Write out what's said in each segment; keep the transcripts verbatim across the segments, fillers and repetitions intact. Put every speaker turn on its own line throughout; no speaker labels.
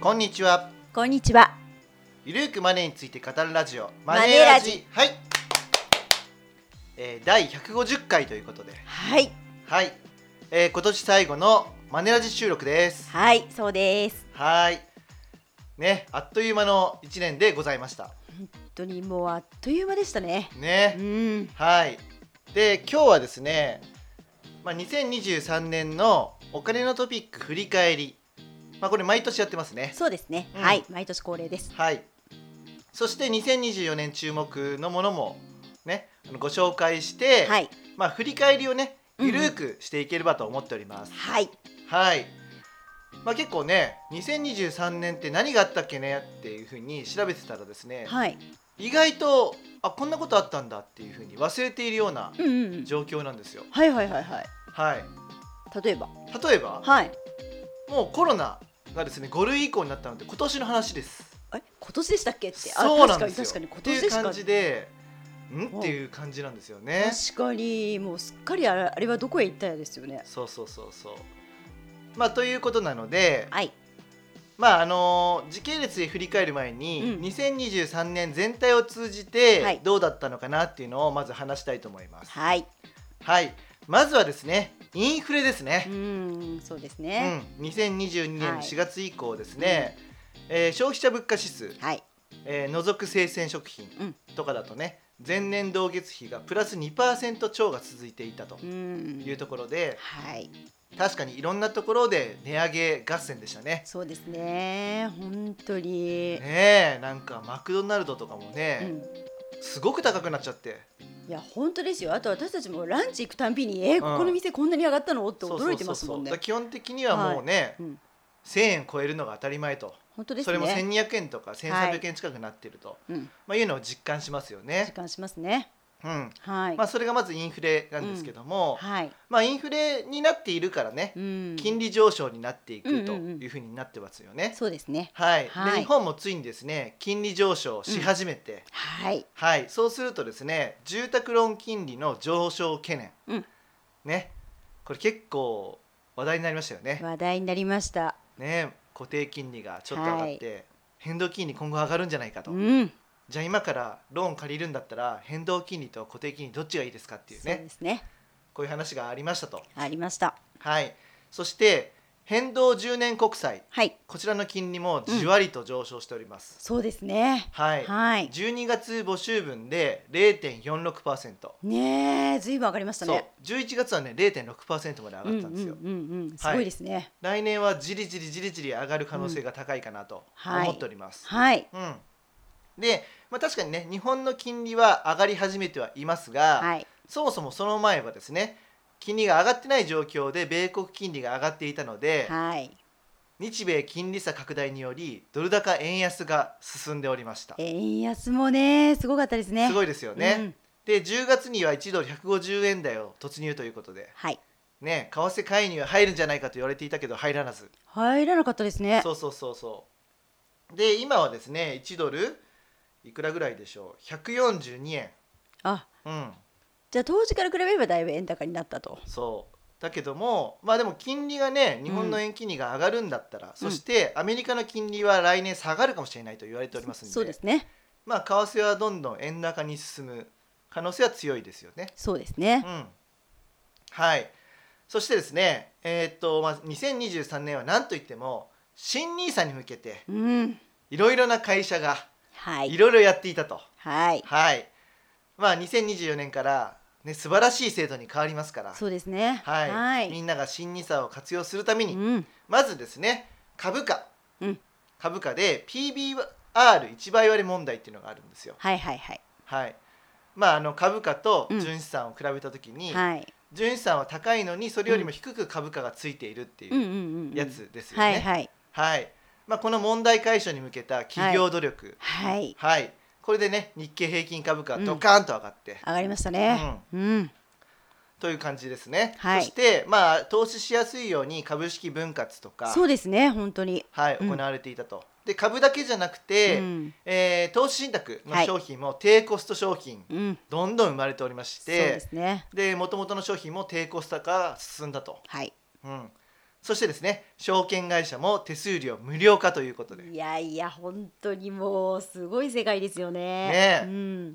こんにちは。
こんにちは。
ゆるーくマネーについて語るラジオ
マネーラジ。
はい、えー、だいひゃくごじゅっかいということで、
はい
はい、えー、今年最後のマネラジ収録です。
はい、そうです。
はいね、あっという間のいちねんでございました。
本当にもうあっという間でしたね。
ね、
うん、
はい。で、今日はですね、まあ、にせんにじゅうさんねんのお金のトピック振り返り、まあ、これ毎年やってますね。
そうですね、
うん、
はい、毎年恒例です。
はい。そしてにせんにじゅうよねん注目のものもね、あのご紹介して、
はい、
まあ、振り返りをねゆるー
うんうん、
くしていければと思っております。
はい、
はい。まあ、結構ねにせんにじゅうさんねんって何があったっけねっていうふうに調べてたらですね、
はい、
意外とあこんなことあったんだっていうふうに忘れているような
うんうんうん、
状況なんですよ。
はいはいはいはい。
はい。
例えば、
例えば、
はい。
もうコロナがですねご類以降になったので今年の話です。
え、今年でしたっけって。
そうなんですよ。
確かに確かに今
っていう
年でした
感じで、んっていう感じなんですよね。
確かにもうすっかりあれ、あれはどこへ行ったやですよね。
そうそうそうそう。まあということなので、
はい、
まああのー時系列で振り返る前に、
うん、
にせんにじゅうさんねん全体を通じ
は
て
い
どうだったのかなっていうのをまず話したいと思います。
はい、
はい。まずはですね、インフレですね。
うーん、そうです
う
ね。
ん、にせんにじゅうにねん
はい
しがつ以降ですね、えー消費者物価指数、
はい、
えー除く生鮮食品
うん、
とかだとね、前年同月比がプラス にパーセント 超が続いていたと
うーん、
いうところで、
はい。
確かにいろんなところで値上げ合戦でしたね。
そうですね、本当に。
ねえ、なんかマクドナルドとかも
う
ね、
ん、
すごく高くなっちゃって、
いや本当ですよ。あと私たちもランチ行くたんびに、えー、ここの店こんなに上がったのって驚いてますもんね。
だから基本的にはもうね、
うん、
せんえん超えるのが当たり前と、
本当です
それも
ね。
せんにひゃくえんとかせんさんびゃくえん近くなってると、
うん、
まあ、いうのを実感しますよ
実
ね。
感しますね。
うん
はい。
まあ、それがまずインフレなんですけども、
うん、はい。
まあ、インフレになっているからね、
うん、
金利上昇になっていくと
うんうんうん
いうふうになってますよね。
そうですね。
はい、
はい。
で日本もついにですね金利上昇し始めて、
はい。
はい、そうするとですね住宅ローン金利の上昇懸念、
うん、
ね、これ結構話題になりましたよね。
話題になりました。
ね、固定金利がちょっと上がって、はい、変動金利今後上がるんじゃないかと、
うん、
じゃあ今からローン借りるんだったら変動金利と固定金利どっちがいいですかっていうね、
そうですね。
こういう話がありましたと。
ありました。
はい、そして変動じゅうねん国債、
はい。
こちらの金利もじわりと上昇しております。
うん、そうですね。
はい、
はい。
じゅうにがつ募集分で れいてんよんろくパーセント、
ねえ、ずいぶん上がりましたね。
そうじゅういちがつはね れいてんろくパーセント まで上がったんですよ。
うんうんうんうん、すごいですね。
はい、来年はじりじりじりじり上がる可能性が高いかなと思っております。
はい。
うん、で、まあ、確かにね日本の金利は上がり始めてはいますが、
はい。
そもそもその前はですね金利が上がってない状況で米国金利が上がっていたので、
はい。
日米金利差拡大によりドル高円安が進んでおりました。
円安もね、すごかったですね。
すごいですよね。
うん、
でじゅうがつにはいちドルひゃくごじゅうえん台を突入ということで、
はい。
ね、為替介入入るんじゃないかと言われていたけど入らず、
入らなかったですね。
そうそうそうそうで今はですねいちドルいくらぐらいでしょう、ひゃくよんじゅうにえん。
あ、
うん、
じゃあ当時から比べればだいぶ円高になったと。
そうだけども、まあでも金利がね日本の円金利が上がるんだったら、うん、そしてアメリカの金利は来年下がるかもしれないと言われておりますので、
そうですね。
まあ為替はどんどん円高に進む可能性は強いですよね。
そうですね。
うん、はい。そしてですね、えーっとまあ、にせんにじゅうさんねんは何といっても新ニーサに向けていろいろな会社がいろいろやっていたと。
はい。
はい。まあにせんにじゅうよねんからね素晴らしい制度に変わりますから。
そうですね。
はい。
はい、
みんなが新ニーサを活用するために、
うん、
まずですね株価、
うん、
株価で ピービーアールいち 倍割れ問題っていうのがあるんですよ。
はいはいはい。
はい。まああの株価と純資産を比べたときに、
うん、はい。
純資産は高いのにそれよりも低く株価がついているっていうやつですよね。
はいはい。
はい。まあこの問題解消に向けた企業努力、
はい。
はい。これでね日経平均株価はドカーンと上がって、
うん、上がりましたね。うん。うん、
という感じですね。
はい、
そしてまあ投資しやすいように株式分割とか、
そうですね本当に、
はい、行われていたと。で株だけじゃなくて、うん、えー、投資信託の商品も低コスト商品、はい、どんどん生まれておりまして、
そうですね。
で元々の商品も低コスト化が進んだと。
はい。
うん。 そしてですね、証券会社も手数料無料化ということで。
いやいや本当にもうすごい世界ですよね。
ねえ、
うん、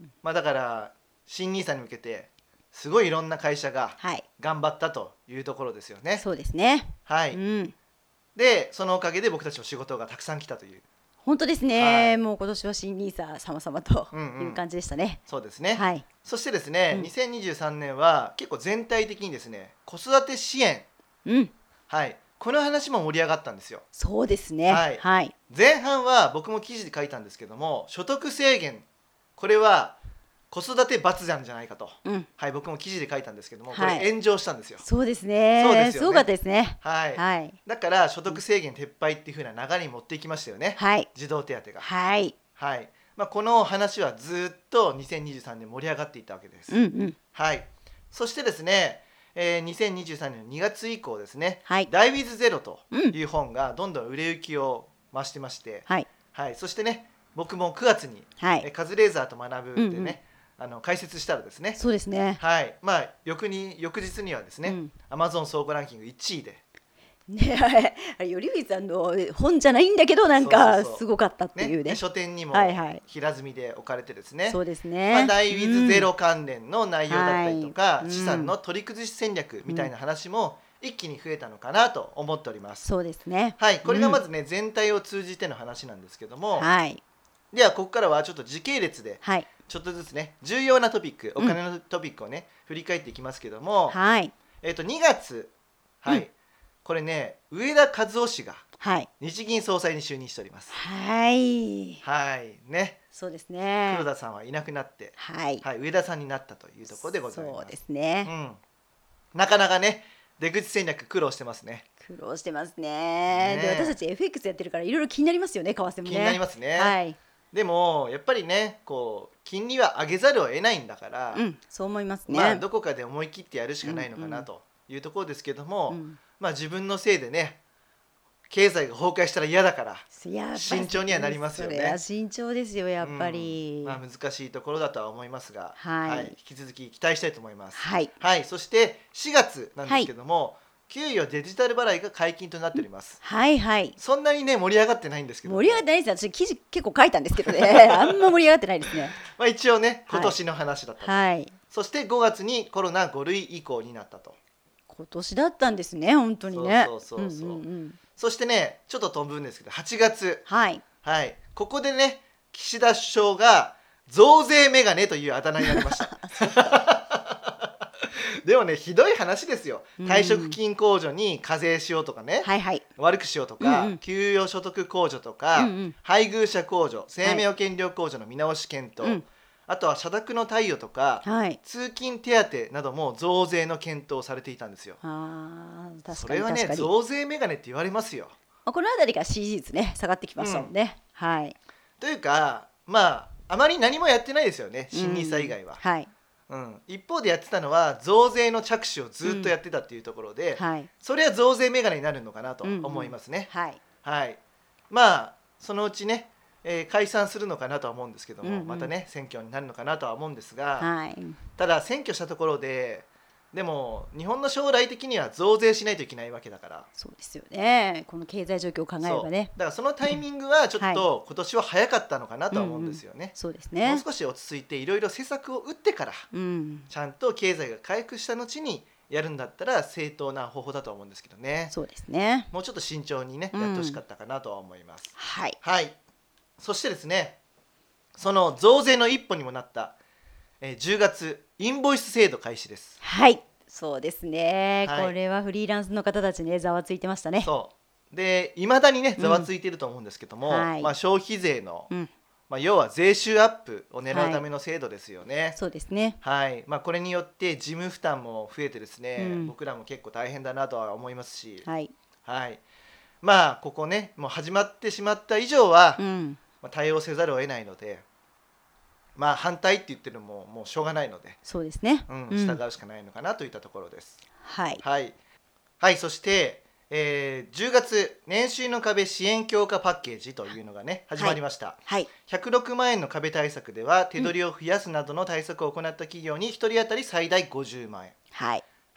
まあだから新ニーサに向けてすごいいろんな会社が
はい、
頑張ったというところですよね。
そうですね。
はい、
うん、
でそのおかげで僕たちの仕事がたくさん来たという。
本当です
は
ね。
い、
もう今年は新ニーサ様々と
うんうん、
いう感じでしたね。
そうですね。
はい。
そしてですね、
うん
にせんにじゅうさんねんは結構全体的にですね、子育て支援、
うん、
はい、この話も盛り上がったんですよ。
そうですね。
は
はいい、はい、
前半は僕も記事で書いたんですけども、所得制限、これは子育て罰なんじゃないかと、
うん、
はい、僕も記事で書いたんですけども、こ
はい
れ炎上したんですよ。
そうですね。
そうですよね
すごかったですね。
はい、
はい、
だから所得制限撤廃っていう風な流れに持っていきましたよね、
はい、
児童手当が。
はい、
はい、まあ、この話はずっとにせんにじゅうさんねん盛り上がっていったわけです。
うんうん、
はい、そしてですね、えー、にせんにじゅうさんねんのにがつ以降ですね、
はい
ダイウィズゼロと
うん
いう本がどんどん売れ行きを増してまして、
はい、
はい、そしてね、僕もくがつに、えー
はい、
カズレーザーと学ぶでね、
うんうん
あの解説したらですね、
そうですね。
はい、まあ翌に翌日にはですね、
うん、
アマゾン総合ランキングいちいで、
ね、あれあれ頼光さんの本じゃないんだけどなん
そう
か
そうそう
すごかったって
ね、
いうね。
で書店にも
はいはい
平積みで置かれてですね、
そうですね。
まあ、ダイウィズゼロ関連の内容だったりとか、
はい
資産の取り崩し戦略みたいな話も一気に増えたのかなと思っております。
そうですね。
はい、これがま
ず、
ずね、全体を通じての話なんですけども、
はい、
ではここからはちょっと時系列で
はい、
ちょっとずつね、重要なトピック、お金のトピックをね、振り返っていきますけども、
はい、
えっとにがつ、はい、
うん
これね、上田和夫氏が
はい、
日銀総裁に就任しております。
はい、
はいね、
そうですね。
黒田さんはいなくなって、
はい、
はい、上田さんになったというところでございます。
そうですね。
うん、なかなかね、出口戦略苦労してますね。
苦労してます
ね
ね。で、私たち エフエックス やってるからいろいろ気になりますよね、為替もね。
気になりますね。
はい、
でもやっぱりね、こう金利は上げざるを得ないんだから、
うん、そう思いますね。
まあどこかで思い切ってやるしかないのかなというところですけども、
うん、
まあ自分のせいでね、経済が崩壊したら嫌だから
やっぱり
慎重にはなりますよね。
それは慎重ですよ、やっぱり。
うん、まあ難しいところだとは思いますが、
はい
引き続き期待したいと思います。
はい、
はい、そしてしがつなんですけども、給与デジタル払いが解禁となっております。
はいはい。
そんなにね盛り上がってないんですけども、
盛り上がってないですよ。私記事結構書いたんですけどね。あんま盛り上がってないですね。
まあ一応ね、今年の話だったと、
はい。
そしてごがつにコロナご類以降になったと。
今年だったんですね、本当にね。
そうそうそうそう、
んんん
そしてね、ちょっと飛ぶんですけどはちがつ、
はい。
はい、ここでね、岸田首相が増税メガネというあだ名になりましたでもね、ひどい話ですよ。退職金控除に課税しようとかね、
はいはい。
悪くしようとか、
うんうん
給与所得控除とか、
うんうん、
配偶者控除、生命保険料控除の見直し検討、
うん、
あとは社宅の貸与とか、
はい。
通勤手当なども増税の検討されていたんですよ。
ああ、確
それはね、
かに確かに。
増税メガネって言われますよ。
まあこの辺りから支持率ね下がってきましたもんね。はい。
というか、まああまり何もやってないですよね、新ニーサ以外は。
はい。
うん、一方でやってたのは増税の着手をずっとやってたっていうところで、
はい。
それは増税メガネになるのかなと思いますね。
はい。
はい、まあそのうちね、えー解散するのかなとは思うんですけども、
うんうん
またね選挙になるのかなとは思うんですが、
はい。
ただ選挙したところででも日本の将来的には増税しないといけないわけだから、
そうですよね。この経済状況を考えればね。
そうだからそのタイミングはちょっと今年は早かったのかなとは思うんですよね。
そうです
もう
ね。
少し落ち着いていろいろ施策を打ってから
うん。
ちゃんと経済が回復した後にやるんだったら正当な方法だと思うんですけどね。
そうですね。
もうちょっと慎重にね
うん
やってほしかったかなとは思います。
はい。
はい、そしてですね、その増税の一歩にもなった、えーじゅうがつインボイス制度開始です。
はい。そうですね。
はい
これはフリーランスの方たちねざわついてましたね。
そうで、いまだにねざわついていると思うんですけども、
はい
まあ、消費税の、
うん。
まあ、要は税収アップを狙うための制度ですよね。
そうですね。
はい、まあ、これによって事務負担も増えてですね、
うん
僕らも結構大変だなとは思いますし、
はい。
はい、まあここねもう始まってしまった以上は、
うん。
まあ、対応せざるを得ないので、まあ反対って言ってるのももうしょうがないので、
そうですね。
うん、
うん
従うしかないのかなといったところです。
はい。
はい、はい、そして、えーじゅうがつ年収の壁支援強化パッケージというのがね始まりました。
はい。
ひゃくろくまん円の壁対策では手取りを増やすなどの対策を行った企業にひとり当たり最大ごじゅうまん円、
はい。
はい、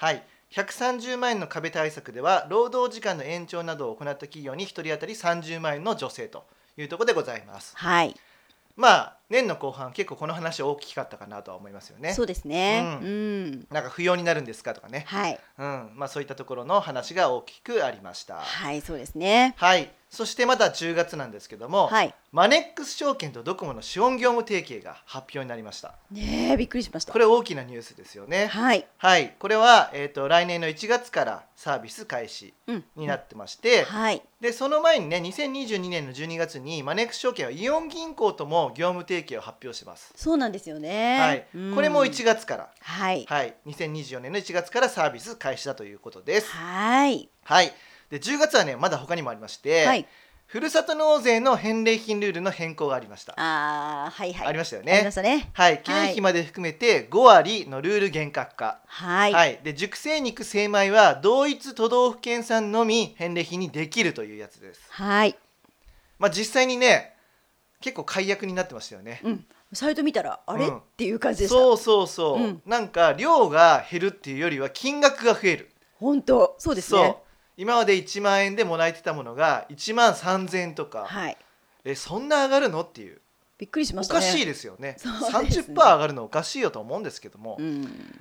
ひゃくさんじゅうまんえんの壁対策では労働時間の延長などを行った企業にひとり当たりさんじゅうまんえんの助成というところでございます。
はい。
まあ年の後半結構この話大きかったかなとは思いますよね。
そうですね。
うん。
うん。
なんか不要になるんですかとかね。
はい。
うん。まあそういったところの話が大きくありました。
はい、そうですね。
はい。そしてまだじゅうがつなんですけども、
はい、
マネックス証券とドコモの資本業務提携が発表になりました。
ねえ、びっくりしました。
これ大きなニュースですよね。
はい、
はい、これは、えーと、来年のいちがつからサービス開始になってまして、
うんうん、はい、
でその前にねにせんにじゅうにねんのじゅうにがつにマネックス証券はイオン銀行とも業務提携を発表してます。
そうなんですよね。
はい、うん、これもいちがつから、
はい、
はい、にせんにじゅうよねんのいちがつからサービス開始だということです。
はい、
はい、でじゅうがつはねまだ他にもありまして、はい、ふるさと納税の返礼品ルールの変更がありました。
あ、はいはい、
ありましたよね。
ありましたね。
はい、経費まで含めてごわりのルール厳格化。
はい。
はい、で熟成肉精米は同一都道府県産のみ返礼品にできるというやつです。
はい。
まあ実際にね結構解約になってましたよね。
うん。サイト見たらあれ、うん、っていう感じでした。
そうそうそう。うん、なんか量が減るっていうよりは金額が増える。
本当そうですね。
今までいちまんえんでもらえてたものがいちまんさんぜんえんとか、はい、えそんな上がるのっていう。
びっくりしましたね。
おかしいですよね。さんじゅっパーセント 上がるのおかしいよと思うんですけども、うん、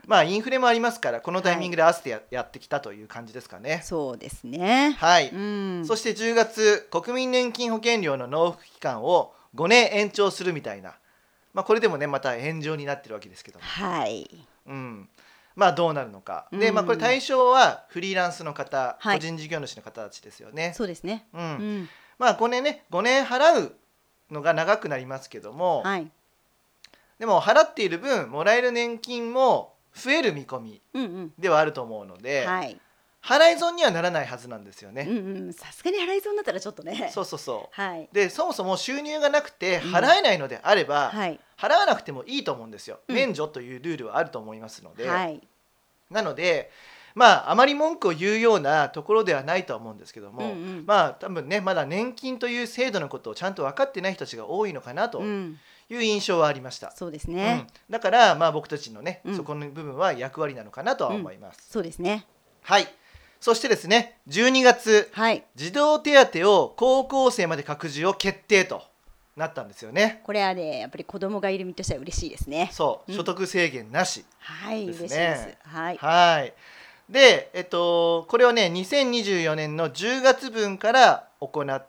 まあインフレもありますからこのタイミングで合わせて や,、はい、やってきたという感じですかね。
そうですね。
はい、うん、そしてじゅうがつ国民年金保険料の納付期間をごねん延長するみたいな、まあ、これでもねまた炎上になってるわけですけども、
はい、
うん、まあどうなるのか、うん、で、まあ、これ対象はフリーランスの方、はい、個人事業主の方たちですよね。
そうですね、
うんうん、まあごねんねごねん払うのが長くなりますけども、はい、でも払っている分もらえる年金も増える見込みではあると思うので、うんうん、はい、払い損にはならないはずなんですよね。
さすがに払い損になったらちょっとね。
そうそうそう、
はい、
でそもそも収入がなくて払えないのであれば、うんはい、払わなくてもいいと思うんですよ。免除というルールはあると思いますので、うんはい、なのでまああまり文句を言うようなところではないとは思うんですけども、うんうん、まあ多分ねまだ年金という制度のことをちゃんと分かってない人たちが多いのかなという印象はありました。
うん、そうですね、
うん、だからまあ僕たちのね、うん、そこの部分は役割なのかなとは思います。
うん、そうですね。
はい。そしてですねじゅうにがつ、はい、児童手当を高校生まで拡充を決定となったんですよね。
これはねやっぱり子供がいる身としては嬉しいですね。
そう、うん、所得制限なしですね。
はい、嬉しいです。はい。
はい。で、えっと、これをねにせんにじゅうよねんのじゅうがつぶんから行って、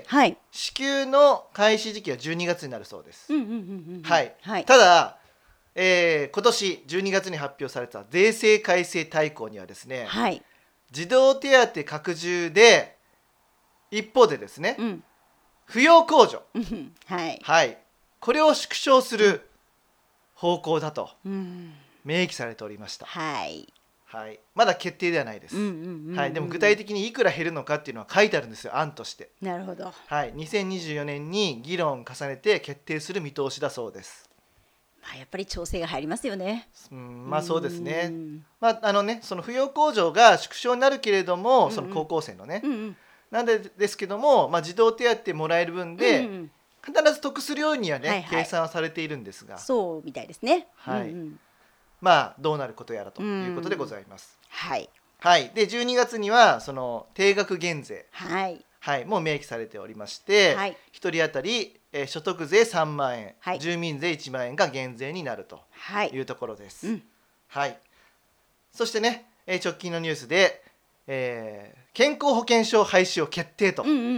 はい、支給の開始時期はじゅうにがつになるそうです。はい。ただ、えー、今年じゅうにがつに発表された税制改正大綱にはですね、はい、児童手当拡充で一方でですね、うん、扶養控除、はい、はい、これを縮小する方向だと明記されておりました。はいはい、まだ決定ではないです。でも具体的にいくら減るのかっていうのは書いてあるんですよ、案として。
なるほど。
はい、にせんにじゅうよねんに議論を重ねて決定する見通しだそうです。
まあ、やっぱり調整が入りますよね。
うん、まあそうですね。まああのね、その扶養控除が縮小になるけれども、うんうん、その高校生のね、うんうん、なんでですけども、まあ児童手当もらえる分で、うんうん、必ず得するようにはね、はいはい、計算はされているんですが。
そうみたいですね。
はい。うんうん、まあどうなることやらということでございます。はい、はい、でじゅうにがつにはその定額減税、はいはい、もう明記されておりまして、はい、ひとり当たり、えー、所得税さんまんえん、はい、住民税いちまんえんが減税になるというところです。はい、うんはい、そしてね、えー、直近のニュースで、えー、健康保険証廃止を決定と、うんうんうん、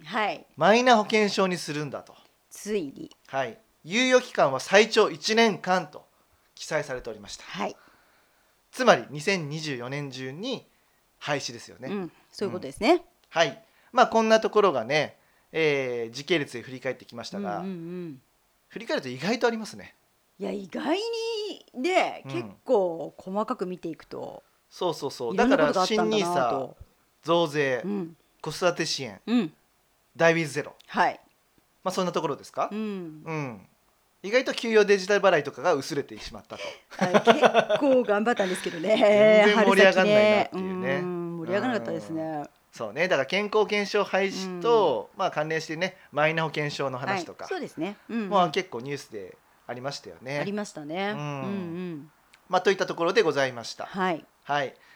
はい、マイナ保険証にするんだと。
ついに、
はい、猶予期間は最長いちねんかんと記載されておりました。はい、つまりにせんにじゅうよねん中に廃止ですよね。うん、
そういうことですね。うん、
はい。まあこんなところがね、えー、時系列で振り返ってきましたが、うんうんうん、振り返ると意外とありますね。
いや意外にね、うん、結構細かく見ていくと、
そうそうそう。だから新ニーサ増税、うん、子育て支援、うん、ダイビーズゼロ、はい。まあそんなところですか。うん。うん意外と給与デジタル払いとかが薄れてしまったと
結構頑張ったんですけどね
全然盛り上がんないなっていうね。
盛り上がらなかったですね。
そうね、だから健康保険証廃止と、まあ、関連してねマイナ保険証の話とか、はい、
そうですね、うんうん、
まあ、結構ニュースでありましたよね。
ありましたね、うんうんうん、
まあ、といったところでございました。はい、はい、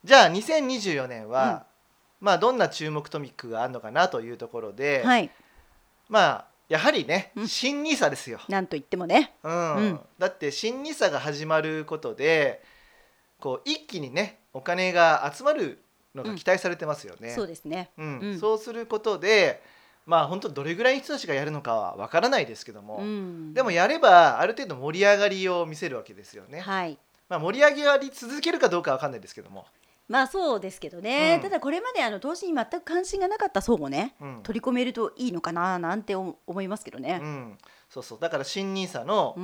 じゃあにせんにじゅうよねんは、うん、まあどんな注目トピックがあるのかなというところで、はい、まあやはりね、うん、新ニーサですよ。
なんといってもね、
うんうん、だって新ニーサが始まることでこう一気にねお金が集まるのが期待されてますよね。
うん、そうですね、
うんうん、そうすることでまあ本当どれぐらいの人たちがやるのかはわからないですけども、うん、でもやればある程度盛り上がりを見せるわけですよね。はい、まあ、盛り上げり続けるかどうかはわかんないですけども、
まあそうですけどね、うん、ただこれまであの投資に全く関心がなかった層もね、うん、取り込めるといいのかななんて思いますけどね、
うん、そうそうだから新ニーサの、うん、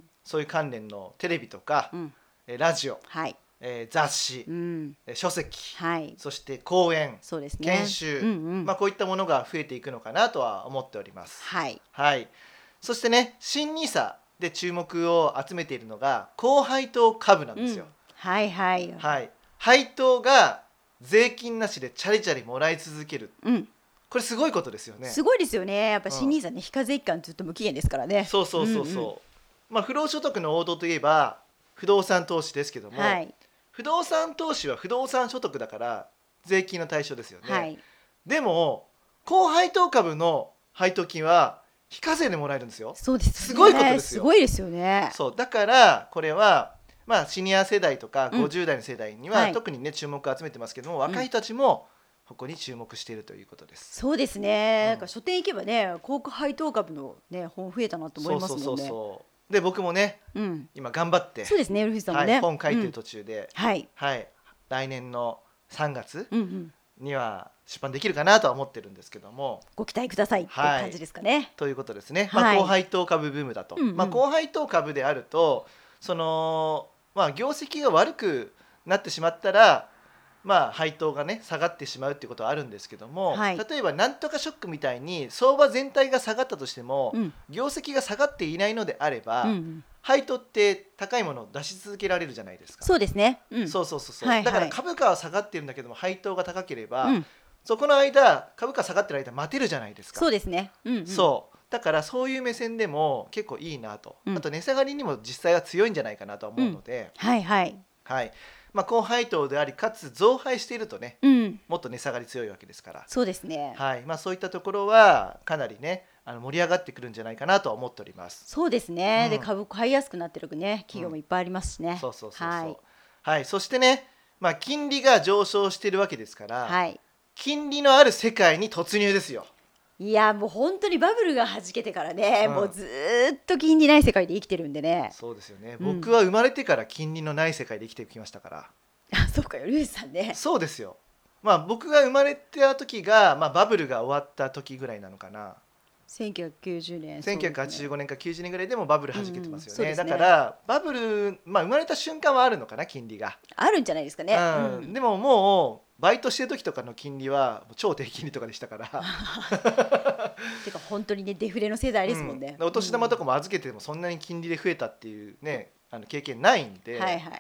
そういう関連のテレビとか、うん、ラジオ、はい、えー、雑誌、うん、書籍、はい、そして講演、そうですね、研修、うんうん、まあ、こういったものが増えていくのかなとは思っております。はい、はい、そしてね新ニーサで注目を集めているのが高配当株なんですよ、うん、はいはい、はい、配当が税金なしでチャリチャリもらい続ける、うん、これすごいことですよね。
すごいですよね。やっぱ新ニーサね、うん、非課税期間ずっと無期限ですからね。
そうそうそうそう、うんうん、まあ不労所得の王道といえば不動産投資ですけども、はい、不動産投資は不動産所得だから税金の対象ですよね、はい、でも高配当株の配当金は非課税でもらえるんですよ。
そうですね、
すごいことですよ。
すごいですよね。
そうだからこれはまあシニア世代とかごじゅう代の世代には特にね注目を集めてますけども、うん、若い人たちもここに注目しているということです。
そうですね、うん、なんか書店行けばね高配当株のね本増えたなと思いますもんね。そうそうそうそうで僕もね、うん、今頑張ってそうですね、ウルフさんもね、
はい、本書いてる途中で、うん、はい、はい、来年のさんがつには出版できるかなとは思ってるんですけども、
ご期待くださいっていう感じですかね、はい、
ということですね、まあ、高配当株ブームだと、うんうん、まあ、高配当株であるとその、まあ、業績が悪くなってしまったらまあ、配当がね下がってしまうっていうことはあるんですけども、はい、例えばなんとかショックみたいに相場全体が下がったとしても、うん、業績が下がっていないのであれば、うんうん、配当って高いものを出し続けられるじゃないですか。
そうですね、うん、
そうそうそうそう、はいはい、だから株価は下がってるんだけども配当が高ければ、うん、そこの間株価下がってる間待てるじゃないですか。
そうですね、うんうん、
そうだからそういう目線でも結構いいなと、うん、あと値下がりにも実際は強いんじゃないかなと思うので、うん、はいはい、はい、まあ、高配当でありかつ増配しているとね、うん、もっと値下がり強いわけですから。
そうですね、
はい、まあ、そういったところはかなりねあの盛り上がってくるんじゃないかなと思っております。
そうですね、うん、で株買いやすくなってるね企業もいっぱいありますしね、うん、
そうそうそうそう、はい、はい、そしてね、まあ、金利が上昇しているわけですから、はい、金利のある世界に突入ですよ。
いやもう本当にバブルがはじけてからね、うん、もうずっと金利ない世界で生きてるんでね。
そうですよね、うん、僕は生まれてから金利のない世界で生きてきましたから。
あ、そうかよ、ルースさんね。
そうですよ、まあ、僕が生まれた時が、まあ、バブルが終わった時ぐらいなのかな。
せんきゅうひゃくきゅうじゅうねん、
せんきゅうひゃくはちじゅうごねんかきゅうじゅうねんぐらいでもバブルはじけてますよね、うんうん、ね、だからバブル、まあ、生まれた瞬間はあるのかな金利が
あるんじゃないですかね、
うんうん、でももうバイトしてる時とかの金利は超低金利とかでしたから
てか本当にねデフレの世代ですもんね、
うん、お年玉とかも預けてもそんなに金利で増えたっていうねあの経験ないんで、はいはいはい、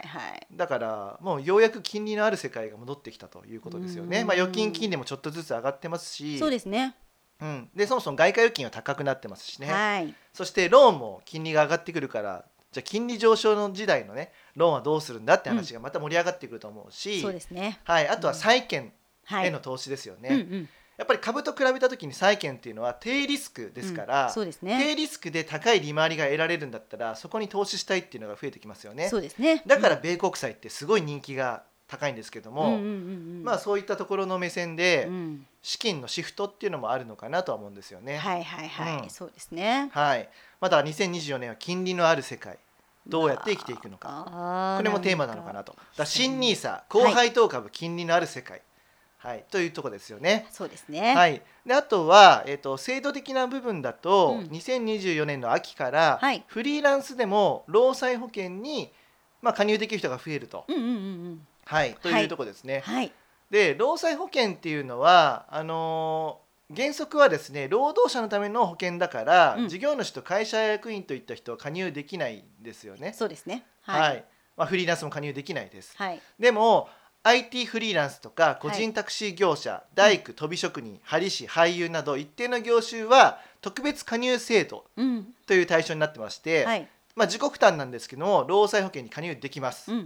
だからもうようやく金利のある世界が戻ってきたということですよね、まあ、預金金利もちょっとずつ上がってますし。
そうですね、
うん、でそもそも外貨預金は高くなってますしね、はい、そしてローンも金利が上がってくるからじゃあ金利上昇の時代のねローンはどうするんだって話がまた盛り上がってくると思うし、うん、そうですね、はい、あとは債券への投資ですよね、はい、うんうん、やっぱり株と比べた時に債券っていうのは低リスクですから、うん、そうですね、低リスクで高い利回りが得られるんだったらそこに投資したいっていうのが増えてきますよね。そうですね、だから米国債ってすごい人気が高いんですけども、うんうんうんうん、まあそういったところの目線で、うん、資金のシフトっていうのもあるのかなとは思うんですよね。はいはいはい、うん、そうですね。はい。まだにせんにじゅうよねんは金利のある世界どうやって生きていくのか、これもテーマなのかなと。だ新ニーサ高配当株、はい、金利のある世界、はい、というところですよね。そうですね。はい。であとはえっと制度的な部分だと、うん、にせんにじゅうよねんの秋からフリーランスでも労災保険にまあ加入できる人が増えると。うんうんうんうん、はい、というところですね。はい、で労災保険っていうのはあのー、原則はですね労働者のための保険だから、うん、事業主と会社役員といった人は加入できないんですよね。そうですね。はい、はい、まあ、フリーランスも加入できないです。はい、でも アイティー フリーランスとか個人タクシー業者、はい、大工、飛び職人、針師、俳優など一定の業種は特別加入制度という対象になってまして、うん、はい、まあ、自己負担なんですけども労災保険に加入できます。うんうん、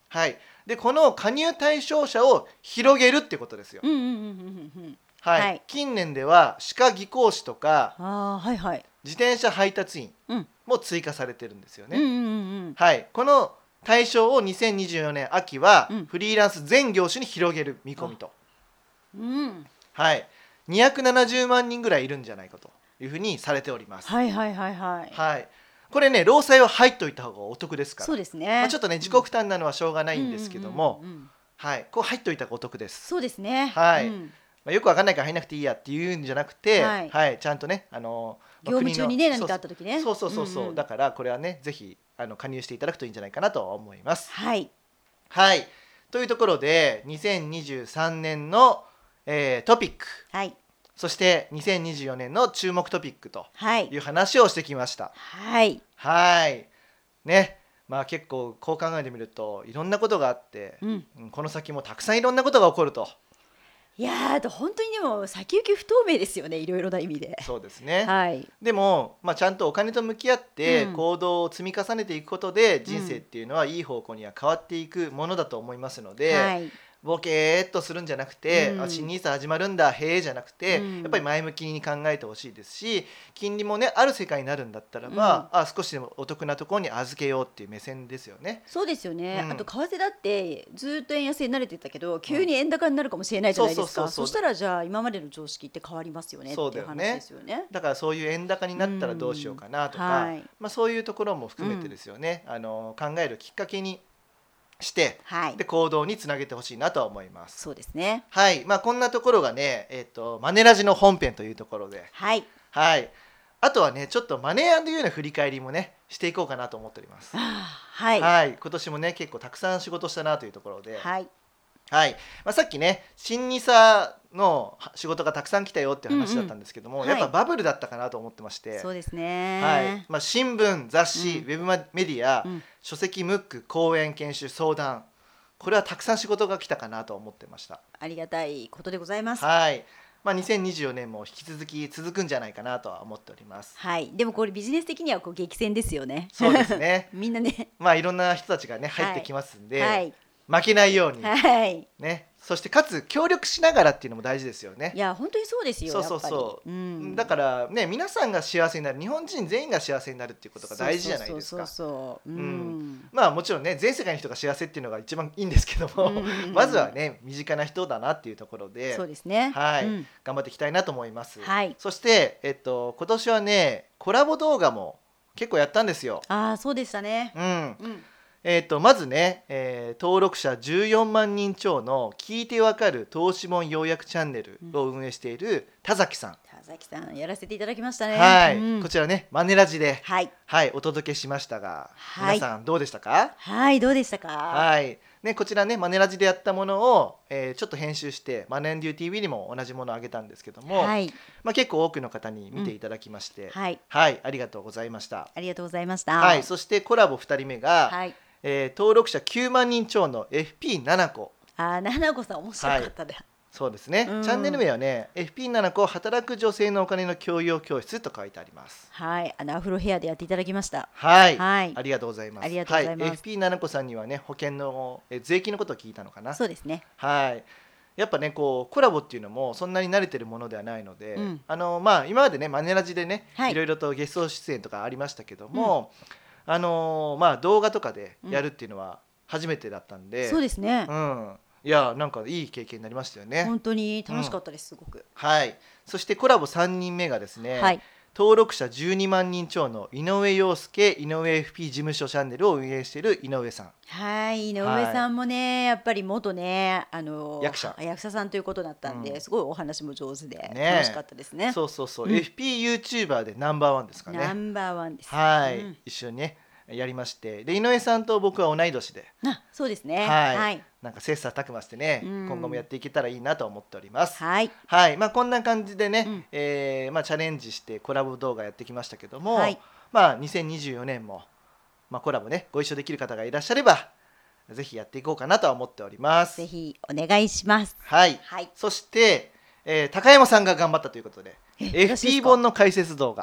はい、でこの加入対象者を広げるってことですよ。はい、近年では歯科技工士とか、
あ、はいはい、
自転車配達員も追加されてるんですよね。はい、この対象をにせんにじゅうよねん秋はフリーランス全業種に広げる見込みと、うん、はい、にひゃくななじゅうまんにんぐらいいるんじゃないかというふうにされております。
はいはいはいはい、
はい、これね労災は入っといた方がお得ですから。
そうですね、
まあ、ちょっとね自己負担なのはしょうがないんですけども、はい、こう入っといた方がお得です。
そうですね、
はい、うん、まあ、よくわかんないから入んなくていいやっていうんじゃなくて、はい、はい、ちゃんとね、あの
業務中にね何かあった時ね、
そうそうそうそう、うんうん、だからこれはねぜひあの加入していただくといいんじゃないかなと思います。
はい、
はい、というところでにせんにじゅうさんねんの、えー、トピック、はい、そしてにせんにじゅうよねんの注目トピックという話をしてきました。はい、はいね、まあ結構こう考えてみるといろんなことがあって、うん、この先もたくさんいろんなことが起こると。
いやー、本当にでも先行き不透明ですよね、いろいろな意味で。
そうですね、
はい、
でも、まあ、ちゃんとお金と向き合って行動を積み重ねていくことで、うん、人生っていうのはいい方向には変わっていくものだと思いますので、はい、ボケーっとするんじゃなくて、うん、あ新ニーサ始まるんだへえじゃなくて、うん、やっぱり前向きに考えてほしいですし、金利もねある世界になるんだったらば、うん、あ少しでもお得なところに預けようっていう目線ですよね。
そうですよね、うん、あと為替だってずっと円安に慣れてたけど急に円高になるかもしれないじゃないですか。そしたらじゃあ今までの常識って変わりますよねっていう話ですよね。だよね、
だからそういう円高になったらどうしようかなとか、はい、まあ、そういうところも含めてですよね、あの考えるきっかけにして、はい、で行動につなげてほしいなとは思います。
そうですね、
はい、まあ、こんなところがね、えーと、マネラジの本編というところで、はい、はい、あとはねちょっとマネー&ユーの振り返りもねしていこうかなと思っております。はい、はい、今年もね結構たくさん仕事したなというところで、はい、はい、まあ、さっきね新ニサの仕事がたくさん来たよっていう話だったんですけども、うんうん、やっぱバブルだったかなと思ってまして、はい、
そうですね、
はい、まあ、新聞雑誌、うん、ウェブメディア、うん、書籍ムック講演研修相談、これはたくさん仕事が来たかなと思ってました。
ありがたいことでございます。
はい、まあ、にせんにじゅうよねんも引き続き続くんじゃないかなとは思っております。
はい、でもこれビジネス的にはこう激戦ですよね。
そうですね
みんなね、
まあいろんな人たちがね入ってきますんで、はいはい、負けないように、はいね、そしてかつ協力しながらっていうのも大事ですよね。
いや本当にそうですよ。
そうそうそう、うん、だからね皆さんが幸せになる、日本人全員が幸せになるっていうことが大事じゃないですか。まあもちろんね全世界の人が幸せっていうのが一番いいんですけども、うん、まずはね身近な人だなっていうところで、
そうですね、
はい、うん、頑張っていきたいなと思います。はい、そして、えっと、今年はねコラボ動画も結構やったんですよ。
ああそうでしたね。
うん、うんえー、とまずね、えー、登録者じゅうよんまんにん超の聞いてわかる投資本要約チャンネルを運営している田崎さん、
田崎さんやらせていただきましたね。
はい、
うん、
こちらねマネラジで、はいはい、お届けしましたが、はい、皆さんどうでしたか？
はいどうでしたか？
はいね、こちらねマネラジでやったものを、えー、ちょっと編集してマネンデュー ティーブイ にも同じものをあげたんですけども、はいまあ、結構多くの方に見ていただきまして、うん、はい、はい、ありがとうございました。
ありがとうございました。
はい、そしてコラボふたりめが、はいえー、登録者きゅうまんにん超の エフピーなな 個。
あ、ななこさん面白かったで、はい、
そうですね、うん、チャンネル名はね エフピーなな 個働く女性のお金の教養教室と書いてあります。
はい、あのアフロヘアでやっていただきました。
はい、はい、ありがとうございます。
ありがとうございます。
はい、エフピーなな 個さんにはね保険のえ税金のことを聞いたのかな。
そうですね。
はい、やっぱねこうコラボっていうのもそんなに慣れてるものではないので、うん、あのまあ今までねマネラジでね、はい、いろいろとゲスト出演とかありましたけども、うん、あのー、まあ動画とかでやるっていうのは初めてだったんで、
うん、そうですね、
うん、いやなんかいい経験になりましたよね。
本当に楽しかったです、うん、すごく。
はい、そしてコラボさんにんめがですね、はい、登録者じゅうにまんにん超の井上陽介井上 エフピー 事務所チャンネルを運営している井上さん。
はい、井上さんもね、はい、やっぱり元ねあの
役者
役者さんということだったんで、うん、すごいお話も上手で
ね
楽しかったですね。
そうそうそう、うん、エフピー YouTuber でナンバーワンですかね。
ナンバーワンです。
はい、
うん、
一緒にねやりまして、で井上さんと僕は同い年で、
あ、そうですね、
はい、
はい、
なんか切磋琢磨してね、うん、今後もやっていけたらいいなと思っております。
はい、
はい、まあ、こんな感じでね、うんえーまあ、チャレンジしてコラボ動画やってきましたけども、はい、まあ、にせんにじゅうよねんも、まあ、コラボねご一緒できる方がいらっしゃればぜひやっていこうかなとは思っております。
ぜひお願いします。
はい、はい、そして、えー、高山さんが頑張ったということで エフピー 本の解説動画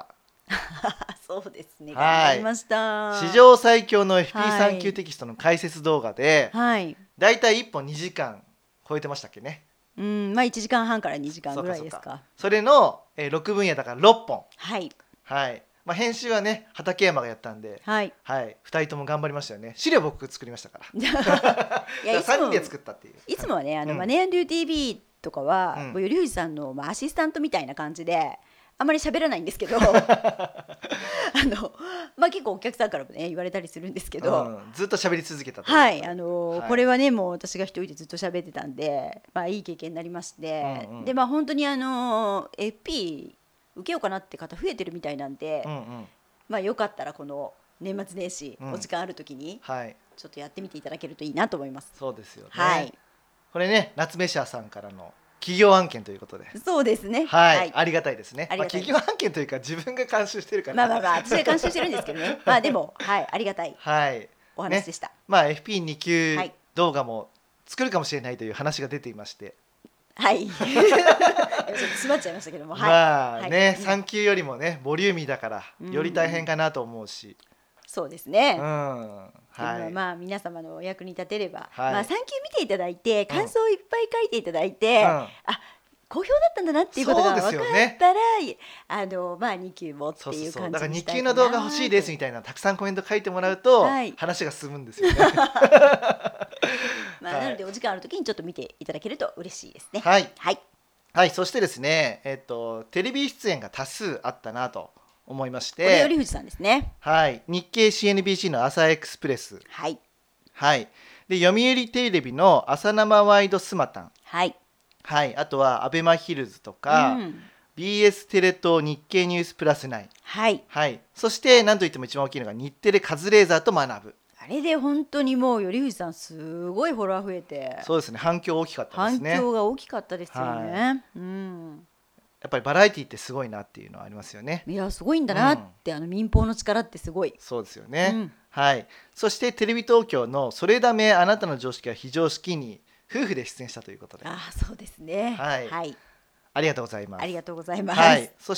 そうですね、頑張りました。
史上最強の エフピーさん 級テキストの解説動画で、はい、だいたいいっぽんにじかん超えてましたっけね。
うん、まあいちじかんはんからにじかんぐらいですか。 そ, か
そ, それの、えー、ろくぶん野だからろっぽん。はい、はい、まあ、編集はね畠山がやったんで、はいはい、ふたりとも頑張りましたよね。資料僕作りましたからいやさんにんで作ったっていう。
いつもはねあの、うん、マネー&デュー ティーブイ とかは、うん、頼藤さんの、まあ、アシスタントみたいな感じであんまり喋らないんですけどあの、まあ、結構お客さんからもね言われたりするんですけど、うん、
ずっと喋り続けたと。
はい、あのーはい、これはねもう私が一人でずっと喋ってたんで、まあ、いい経験になりまして、うんうん、でまあ本当にあのー、エフピー 受けようかなって方増えてるみたいなんで、うんうん、まあよかったらこの年末年始、うん、お時間ある時にちょっとやってみていただけるといいなと思います。
そうですよね、はい、これね夏目社さんからの企業案件ということで。
そうですね、
はい、はい、ありがたいですね。まあ、企業案件というか自分が監修してるから
まあまあまあ私が監修してるんですけどねまあでもはいありがたいお話でした、ね、
まあ エフピーに 級動画も作るかもしれないという話が出ていまして、
はいちょっと詰まっちゃいましたけども、はい、
まあね、はい、さん級よりもねボリューミーだからより大変かなと思うし、うん、
そうですね、うんはい、まあ皆様のお役に立てれば、はい、まあ、さん級見ていただいて感想をいっぱい書いていただいて、うん、あ好評だったんだなっていうことが分かったら、ね、あのまあに級もっていう感じにしたいかな。そうそうそう、だからに級
の動画欲しいですみたいなたくさんコメント書いてもらうと、はい、話が進むんですよね
まあ、なのでお時間ある時にちょっと見ていただけると嬉しいですね。
はい、はいはい、そしてですね、えっと、テレビ出演が多数あったなと思いまして、
これ頼藤さんですね。
はい、日経 シーエヌビーシー の朝エクスプレス、はいはい、で読売テレビの朝生ワイドスマタン、はいはい、あとはアベマヒルズとか、うん、ビーエス テレと日経ニュースプラスナイン、はいはい、そして何といっても一番大きいのが日テレカズレーザーと学ぶ。
あれで本当にもう頼藤さんすごいフォロワー増えて、
そうですね、反響大きかったですね。
反響が大きかったですよね、はい、うん、
やっぱりバラエティってすごいなっていうのはありますよね。
いやすごいんだなって、うん、あの民放の力ってすごい。
そうですよね、うん、はい。そしてテレビ東京のそれだめあなたの常識は非常識に夫婦で出演したということで、
あそうですね、はい、はい、
ありがとうございます。
ありがとうございます、
はい、そして、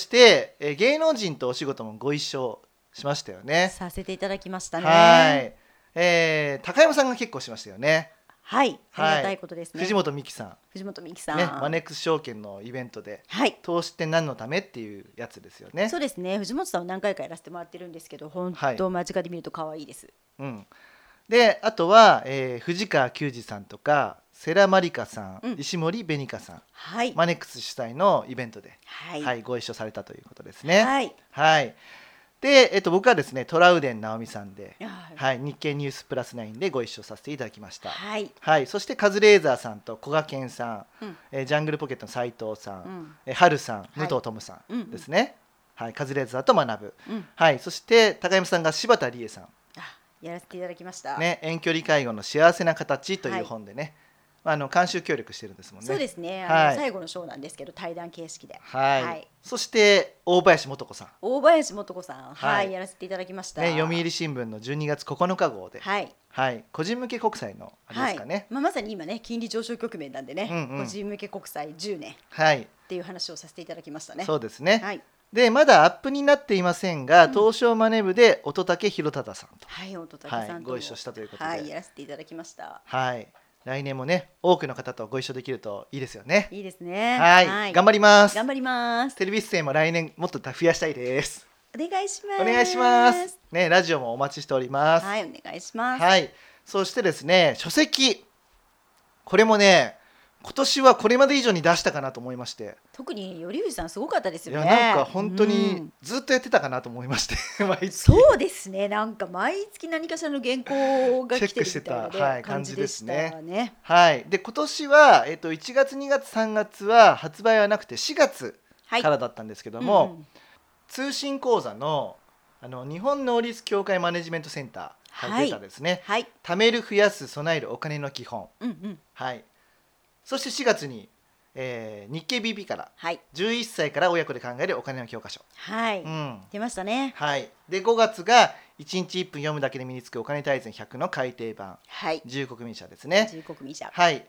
えー、芸能人とお仕事もご一緒しましたよね。
させていただきましたね。
はい、えー、高山さんが結構しましたよね。
はい、ありがたいことですね。
藤本美貴さん、
藤本美貴さん、
ね、マネックス証券のイベントで、はい、投資って何のためっていうやつですよね。
そうですね、藤本さんを何回かやらせてもらってるんですけど、本当間近で見ると可愛いです、
うん、であとは、えー、藤川球児さんとか世良まりかさん、うん、石森紅香さん、はい、マネックス主催のイベントで、はいはい、ご一緒されたということですね。はい、はい、で、えっと、僕はですねトラウデン直美さんで、はいはい、日経ニュースプラスナインでご一緒させていただきました。はいはい、そしてカズレーザーさんと古賀健さん、うん、えー、ジャングルポケットの斉藤さん、うん、えー、春さん、武藤トムさんですね、はいはい、カズレーザーと学ぶ、うん、はい、そして高山さんが柴田理恵さん、
やらせていただきました、
ね、遠距離介護の幸せな形という本でね、はい、あの監修協力してるんですもんね。
そうですね、あの、はい、最後の章なんですけど対談形式で、
はいはい、そして大林素子さん、
大林素子さん、はいはい、やらせていただきました、
ね、読売新聞のじゅうにがつここのか号で、はいはい、個人向け国債のあれですかね、はい、
まあ、まさに今ね金利上昇局面なんでね、うんうん、個人向け国債じゅうねん、はい、っていう話をさせていただきましたね。
そうですね、はい、でまだアップになっていませんが、うん、東証マネ部で乙武宏忠さんと、
はい、乙武さんと、
はい、ご一緒したということで、
はい、やらせていただきました。
はい、来年もね多くの方とご一緒できるといいですよね。
いいですね。
はい、はい、頑張ります。
頑張ります。
テレビ出演も来年もっと増やしたいです。
お願いします。
お願いしますね。ラジオもお待ちしております。
はい、お願いします。
はい、そしてですね書籍、これもね今年はこれまで以上に出したかなと思いまして、
特に頼藤さんすごかったですよね。
いやなんか本当にずっとやってたかなと思いまして、
うん、毎月そうですね、なんか毎月何かしらの原稿が来てるみたいな、ね、はい、感じでしたね。ね、はい、で今年は、えー、といちがつにがつさんがつは発売はなくてしがつからだったんですけども、はい、うん、通信講座のあの日本能率協会マネジメントセンターから出たですね、はいはい、貯める増やす備えるお金の基本、うんうん、はい、そしてしがつに、えー、日経 ビーピー から、はい、じゅういっさいから親子で考えるお金の教科書、はい、うん、 出ましたね。
はい、でごがつがいちにちいっぷん読むだけで身につくお金大全ひゃくの改訂版、はい、自由国民社ですね。
自由国民社、
はい、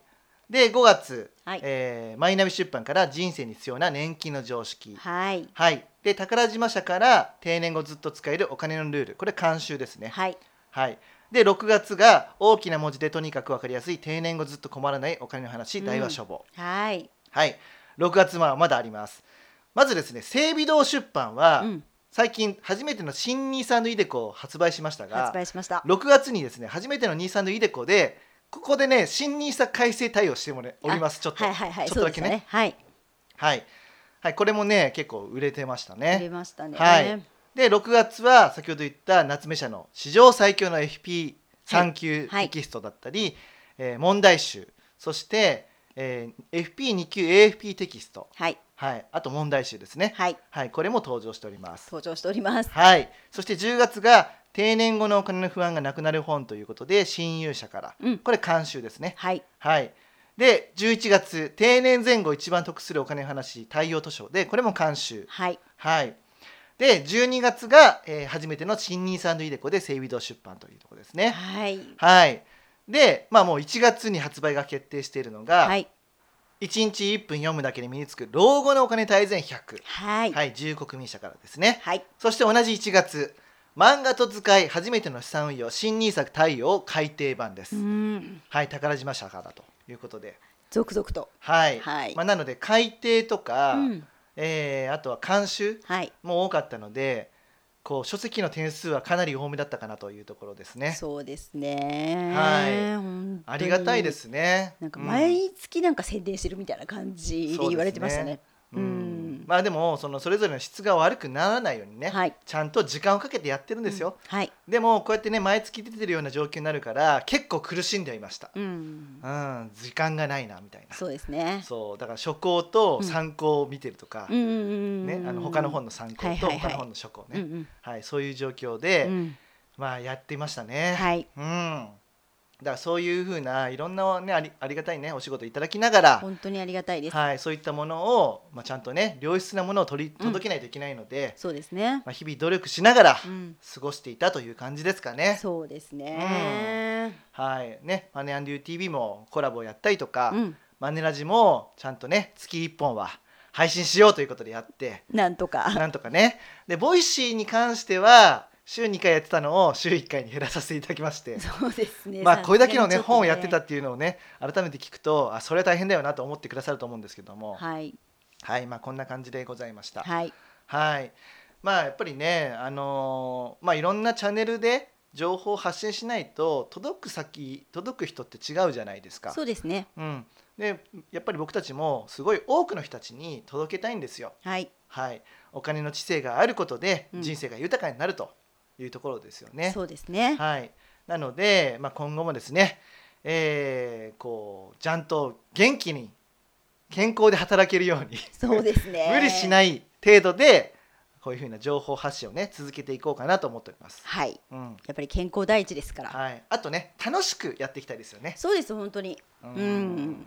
でごがつ、
はい、
えー、マイナビ出版から人生に必要な年金の常識、
はい、
はい、で宝島社から定年後ずっと使えるお金のルール、これ監修ですね。
はい、
はい、でろくがつが大きな文字でとにかく分かりやすい定年後ずっと困らないお金の話、大和書房、
うん、はい、
はい、ろくがつはまだあります。まずですね、整備堂出版は、うん、最近初めての新ニーサンのイデコを発売しましたが、
発売しました。
ろくがつにですね初めてのニーサンのイデコでここでね新ニーサ改正対応してもねおります。ちょっと、
はいはいはい、
ちょっとだけね、
はい
はいはい、これもね結構売れてましたね。
売れましたね。
はい、でろくがつは先ほど言った夏目社の史上最強の エフピーさん 級テキストだったり、はいはい、えー、問題集、そして、えー、エフピーに 級 エーエフピー テキスト、
はい
はい、あと問題集ですね、はいはい、これも登場しております
登場しております。
はい、そしてじゅうがつが定年後のお金の不安がなくなる本ということで親友社から、うん、これ監修ですね。
はい、
はい、でじゅういちがつ定年前後一番得するお金の話対応図書でこれも監修、
はい
はい、でじゅうにがつが、えー、初めての新ニーサンドイデコで整備堂出版というところですね。
はい、
はい、で、まあ、もういちがつに発売が決定しているのが、はい、いちにちいっぷん読むだけで身につく老後のお金大全ひゃく、はい、はい、自由国民社からですね。はい、そして同じいちがつ漫画と図解初めての資産運用新ニーサ対応改訂版です。はい、宝島社からということで
続々と、
はい、はい、まあ、なので改訂とか、うん、えー、あとは監修も多かったので、はい、こう書籍の点数はかなり多めだったかなというところですね。
そうですね、
はい、ありがたいですね。
なんか毎月なんか宣伝してるみたいな感じで言われてましたね。
うん、まあでもそのそれぞれの質が悪くならないようにね、はい、ちゃんと時間をかけてやってるんですよ、うん、はい、でもこうやってね毎月出てるような状況になるから結構苦しんでいました、うんうん、時間がないなみたいな。
そうですね。
そうだから書考と参考を見てるとか、うん、ね、あの他の本の参考と他の本の書考ね、はいはいはい、はい、そういう状況で、うん、まあやってましたね。はい、うん、だからそういうふうないろんな、ね、あり、ありがたいねお仕事いただきながら
本当にありがたいです、
はい、そういったものを、まあ、ちゃんとね良質なものを取り届けないといけないので、
うん、そうですね、
まあ、日々努力しながら過ごしていたという感じですかね、うん、
そうですね、
うん、はいね、マネアンデュー ティーブイ もコラボをやったりとか、うん、マネラジもちゃんとね月いっぽんは配信しようということでやって
なんとか
なんとかね。でボイシーに関しては週にかいやってたのを週いっかいに減らさせていただきまして、
そうですね、
まあこれだけのね本をやってたっていうのをね改めて聞くとあそれは大変だよなと思ってくださると思うんですけども、はいはい、まあこんな感じでございました。はいはい、まあやっぱりねあのー、まあいろんなチャンネルで情報を発信しないと届く先届く人って違うじゃないですか。
そうですね、
うん、でやっぱり僕たちもすごい多くの人たちに届けたいんですよ。はいはい、お金の知性があることで人生が豊かになるというところですよね。
そうですね、
はい、なので、まあ、今後もですね、えー、こうちゃんと元気に健康で働けるように
そうですね
無理しない程度でこういうふうな情報発信をね続けていこうかなと思っております。
はい、うん、やっぱり健康第一ですから、
はい、あとね楽しくやっていきたいですよね。
そうです本当に、うん、うん、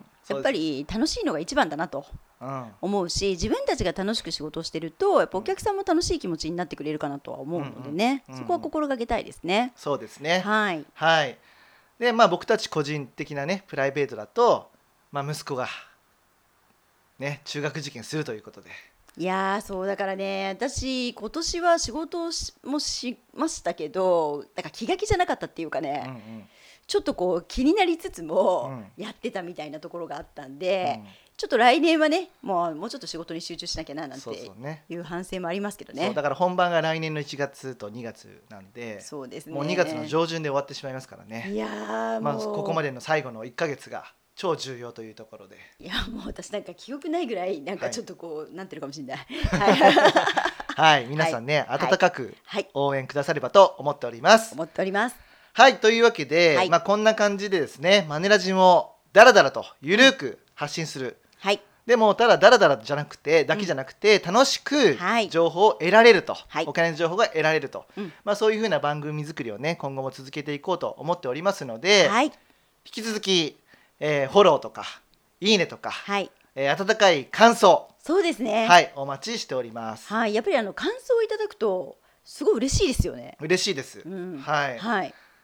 やっぱり楽しいのが一番だなと思うし、自分たちが楽しく仕事をしてるとやっぱお客さんも楽しい気持ちになってくれるかなとは思うのでね、うんうん、そこは心がけたいですね。
そうですね、
はい、
はい、でまあ僕たち個人的なねプライベートだと、まあ、息子がね中学受験するということで、
いやそうだからね私今年は仕事をしもしましたけどだから気が気じゃなかったっていうかね、うんうん、ちょっとこう気になりつつもやってたみたいなところがあったんで、うん、ちょっと来年はねもう、もうちょっと仕事に集中しなきゃななんていう反省もありますけどね。
そうだから本番が来年のいちがつとにがつなんで、
そうですね、
もうにがつの上旬で終わってしまいますからね。
いや
まあ、ここまでの最後のいっかげつが超重要というところで、
いやもう私なんか記憶ないぐらいなんかちょっとこう、はい、なんてるかもしれない
はい、皆さんね、はい、温かく応援くださればと思っております、
はい、思っております。
はい、というわけで、はい、まあ、こんな感じでですねマネラジもダラダラとゆるく発信する、はい、でもただダラダラじゃなくてだけじゃなくて、うん、楽しく情報を得られると、はい、お金の情報が得られると、うん、まあ、そういうふうな番組作りをね今後も続けていこうと思っておりますので、はい、引き続き、えー、フォローとかいいねとか、はい、えー、温かい感想、
そうですね、
はい、お待ちしております。
はい、やっぱりあの感想をいただくとすごい嬉しいですよね。
嬉しいです、うん、はい、はい、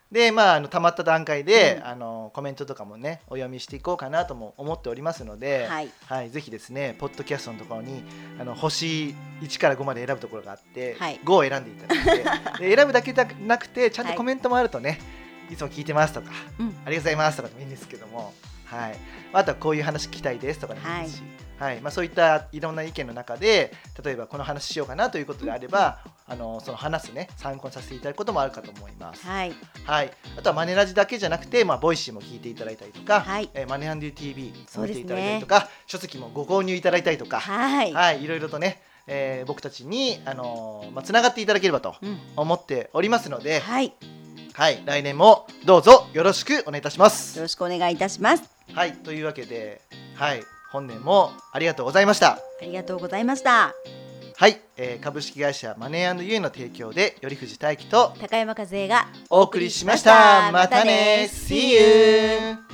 でまあ、あのたまった段階で、
うん、
あのコメントとかもねお読みしていこうかなとも思っておりますので、
はい
はい、ぜひですねポッドキャストのところにあの星いちからごまで選ぶところがあって、はい、ごを選んでいただいてで選ぶだけじゃなくてちゃんとコメントもあるとね、はい、いつも聞いてますとか、うん、ありがとうございますとかでもいいんですけども、はい、あとはこういう話聞きたいですとかでもいいですし、はいはい、まあ、そういったいろんな意見の中で例えばこの話しようかなということであれば、うん、あのその話すね参考にさせていただくこともあるかと思います、
はい
はい、あとはマネラジだけじゃなくて、まあ、ボイシーも聞いていただいたりとか、
はい、
えー、マネアンドゥ ティーブイ も見ていただいたりとか、ね、書籍もご購入いただいたりとか、
はい、
はい、いろいろとね、えー、僕たちに、あのーまあ、つながっていただければと思っておりますので、うん、
はい
はい、来年もどうぞよろしくお願いいたします。
よろしくお願いいたします。
はい、というわけで、はい、本年もありがとうございました。
ありがとうございました。
はい、えー、株式会社マネー&ユーの提供で頼藤大樹と
高山和恵が
お送りしました。またね See you